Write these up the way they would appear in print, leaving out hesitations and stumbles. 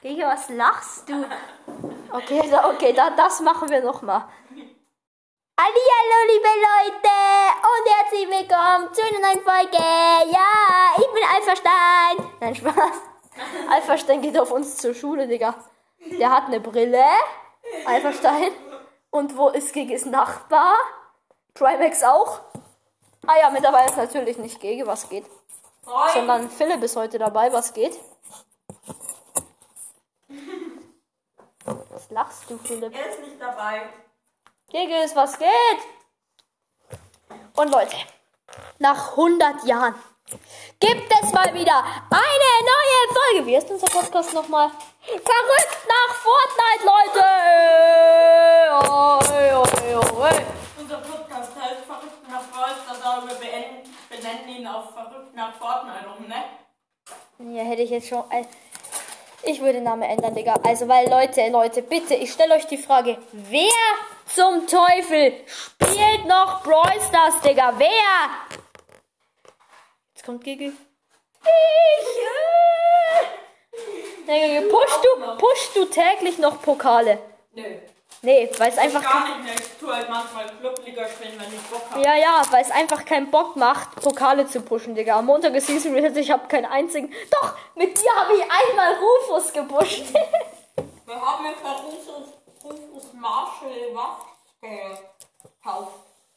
Gigi, was lachst du? Okay, das machen wir nochmal. Hallihallo, liebe Leute und herzlich willkommen zu einer neuen Folge. Ja, ich bin Alphastein. Nein, Spaß. Alphastein geht auf uns zur Schule, Digga. Der hat eine Brille. Alphastein. Und wo ist Gigis Nachbar? Trimax auch. Ah ja, mittlerweile ist natürlich nicht Gigi, was geht. Sondern Philipp ist heute dabei, was geht. Was lachst du, Philipp? Er ist nicht dabei. Gigis, was geht? Und Leute, nach 100 Jahren gibt es mal wieder eine neue Folge. Wie ist unser Podcast nochmal? Verrückt nach Fortnite, Leute! Unser Podcast heißt Verrückt nach Fortnite, aber wir benennen ihn auf Verrückt nach Fortnite um, ne? Ja, hätte ich jetzt schon... Ich würde den Namen ändern, Digga. Also, weil, Leute, bitte, ich stelle euch die Frage, wer zum Teufel spielt noch Brawl Stars, Digga? Wer? Jetzt kommt Gigi. Pushst du täglich noch Pokale? Nö. Nee, weil es einfach... Gar nicht mehr. Ich tue halt manchmal Clubliga spielen, wenn ich Bock habe. Ja, weil es einfach keinen Bock macht, Pokale zu pushen, Digga. Am Montag ist Season Reset, ich habe keinen einzigen... Doch, mit dir habe ich einmal Rufus gepusht. Wir haben mir für Rufus Marshall was gekauft.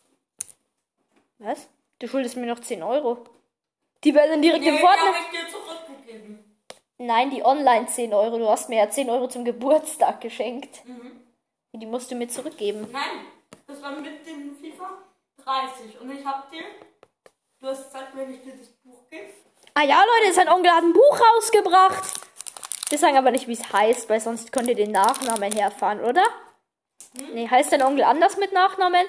Was? Du schuldest mir noch 10 Euro. Die werden direkt im Die Fortnite... habe ich dir zurückgegeben. Nein, die online 10 Euro. Du hast mir ja 10 Euro zum Geburtstag geschenkt. Mhm. Die musst du mir zurückgeben. Nein, das war mit dem FIFA 30. Und ich hab dir... Du hast gesagt, wenn ich dir das Buch gebe... Ah ja, Leute, sein Onkel hat ein Buch rausgebracht. Wir sagen aber nicht, wie es heißt, weil sonst könnt ihr den Nachnamen herfahren, oder? Nee, heißt dein Onkel anders mit Nachnamen?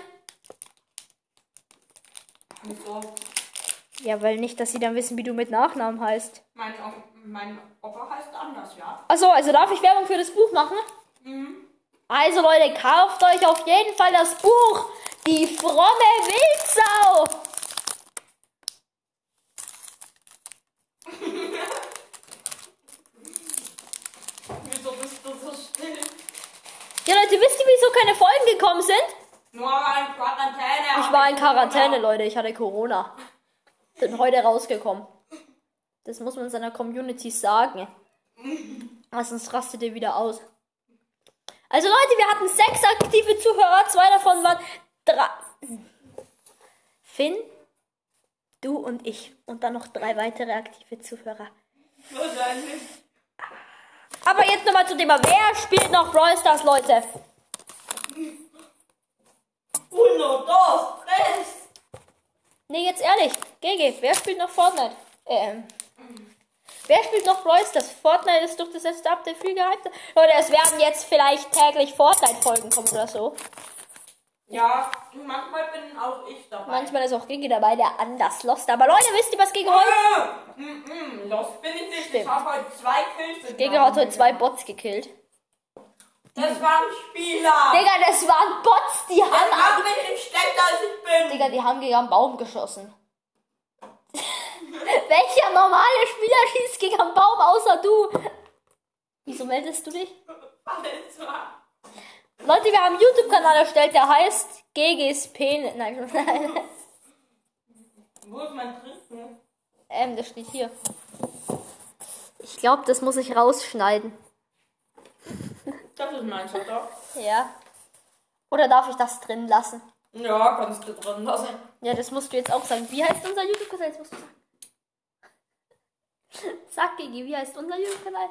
Wieso? Ja, weil nicht, dass sie dann wissen, wie du mit Nachnamen heißt. Mein Opa heißt anders, ja. Achso, also darf ich Werbung für das Buch machen? Mhm. Also Leute, kauft euch auf jeden Fall das Buch Die fromme Wildsau. Wieso bist du so still? Ja Leute, wisst ihr, wieso keine Folgen gekommen sind? Nur in Quarantäne. Ich war in Quarantäne, Leute. Ich hatte Corona. Bin heute rausgekommen. Das muss man seiner Community sagen. Sonst rastet ihr wieder aus. Also Leute, wir hatten 6 aktive Zuhörer. 2 davon waren 3. Finn, du und ich. Und dann noch 3 weitere aktive Zuhörer. Wahrscheinlich. Aber jetzt nochmal zum Thema. Wer spielt noch Brawl Stars, Leute? Uno, dos, tres. Nee, jetzt ehrlich. GG, wer spielt noch Fortnite? Wer spielt noch Brawl Stars? Fortnite ist durch das letzte Update viel gehypt. Leute, es werden jetzt vielleicht täglich Fortnite-Folgen kommen oder so. Ja, manchmal bin auch ich dabei. Manchmal ist auch Gigi dabei, der anders lost. Aber Leute, wisst ihr, was Gigi heute... Los bin ich nicht. Stimmt. Ich habe heute 2 Kills. Gigi hat heute 2 Bots gekillt. Das waren Spieler. Digga, das waren Bots, die Mach haben... mich nicht schlechter als ich bin. Digga, die haben gegen einen Baum geschossen. Welcher normale Spieler schießt gegen einen Baum, außer du? Wieso meldest du dich? Alles war. Leute, wir haben einen YouTube-Kanal erstellt, der heißt Gigis Penis. Nein, Wo ist mein Trinken? das steht hier. Ich glaube, das muss ich rausschneiden. Das ist mein Schotter. Ja. Oder darf ich das drin lassen? Ja, kannst du drin lassen. Ja, das musst du jetzt auch sagen. Wie heißt unser YouTube-Kanal? Jetzt musst du sagen. Sag, Gigi, wie heißt unser YouTube-Kanal?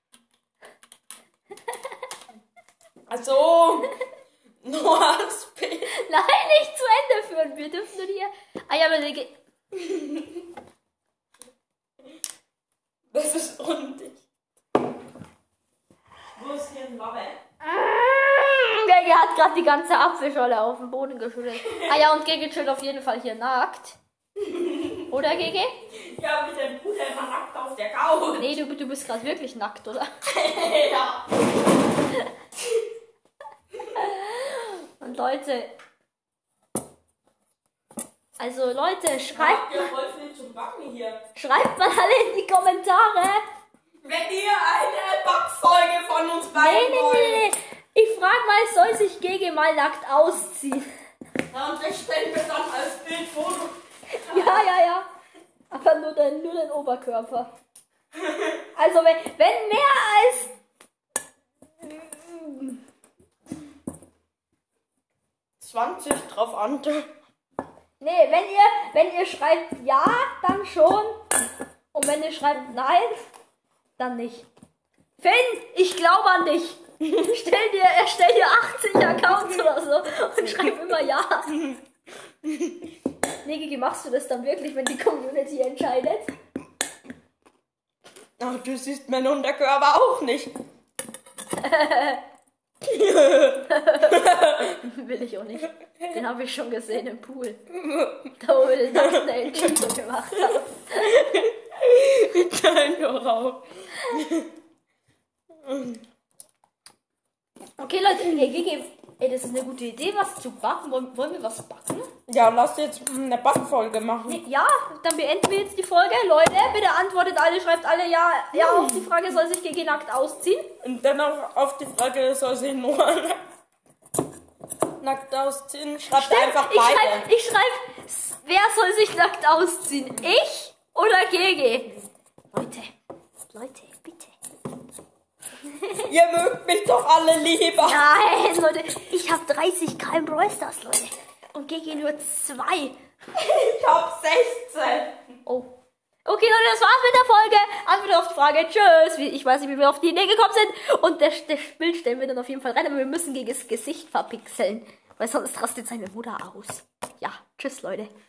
Also, Noah's Spiel. Nein, nicht zu Ende führen. Wir dürfen nur hier... Ah ja, aber Gigi... Das ist undicht. Wo ist hier ein Wabbel? Gigi hat gerade die ganze Apfelscholle auf den Boden geschüttelt. Ah ja, und Gigi chillt auf jeden Fall hier nackt. Oder, Gigi? Ja, mit dem Bruder immer nackt auf der Couch. Nee, du bist gerade wirklich nackt, oder? Ja. Und Leute... Also Leute, Ich schreibt hab ja voll viel zum Backen hier. mal alle in die Kommentare. Wenn ihr eine Box Backfolge von uns beiden wollen. Nee. Ich frag mal, soll sich Gege mal nackt ausziehen? Ja, und das stellen wir dann als Bildfoto. Ja. Aber nur den Oberkörper. Also wenn mehr als 20 drauf an. Nee, wenn ihr schreibt ja, dann schon. Und wenn ihr schreibt nein, dann nicht. Finn, ich glaube an dich. Erstell dir 80 Accounts oder so und schreib immer ja. Nee, Gigi, machst du das dann wirklich, wenn die Community entscheidet? Ach, du siehst meinen Unterkörper auch nicht. Will ich auch nicht. Den habe ich schon gesehen im Pool. Da wo wir den eine Entscheidung gemacht haben. Nein, doch auch. Okay, Leute, hey, Gigi, das ist eine gute Idee, was zu backen. Wollen wir was backen? Ja, lass jetzt eine Backfolge machen. Nee, ja, dann beenden wir jetzt die Folge. Leute, bitte antwortet alle, schreibt alle ja auf die Frage, soll sich Gigi nackt ausziehen? Und dann auch auf die Frage, soll sie nur nackt ausziehen? Schreibt einfach beide. Ich schreib, wer soll sich nackt ausziehen? Ich oder Gigi? Leute, bitte. Ihr mögt mich doch alle lieber. Nein, Leute, ich habe 30k im Brawl Stars, Leute. Und Gigi nur 2. Ich hab 16. Oh. Okay, Leute, das war's mit der Folge. Antwort auf die Frage. Tschüss. Ich weiß nicht, wie wir auf die Idee gekommen sind. Und das Bild stellen wir dann auf jeden Fall rein. Aber wir müssen Geges Gesicht verpixeln. Weil sonst rastet seine Mutter aus. Ja, tschüss, Leute.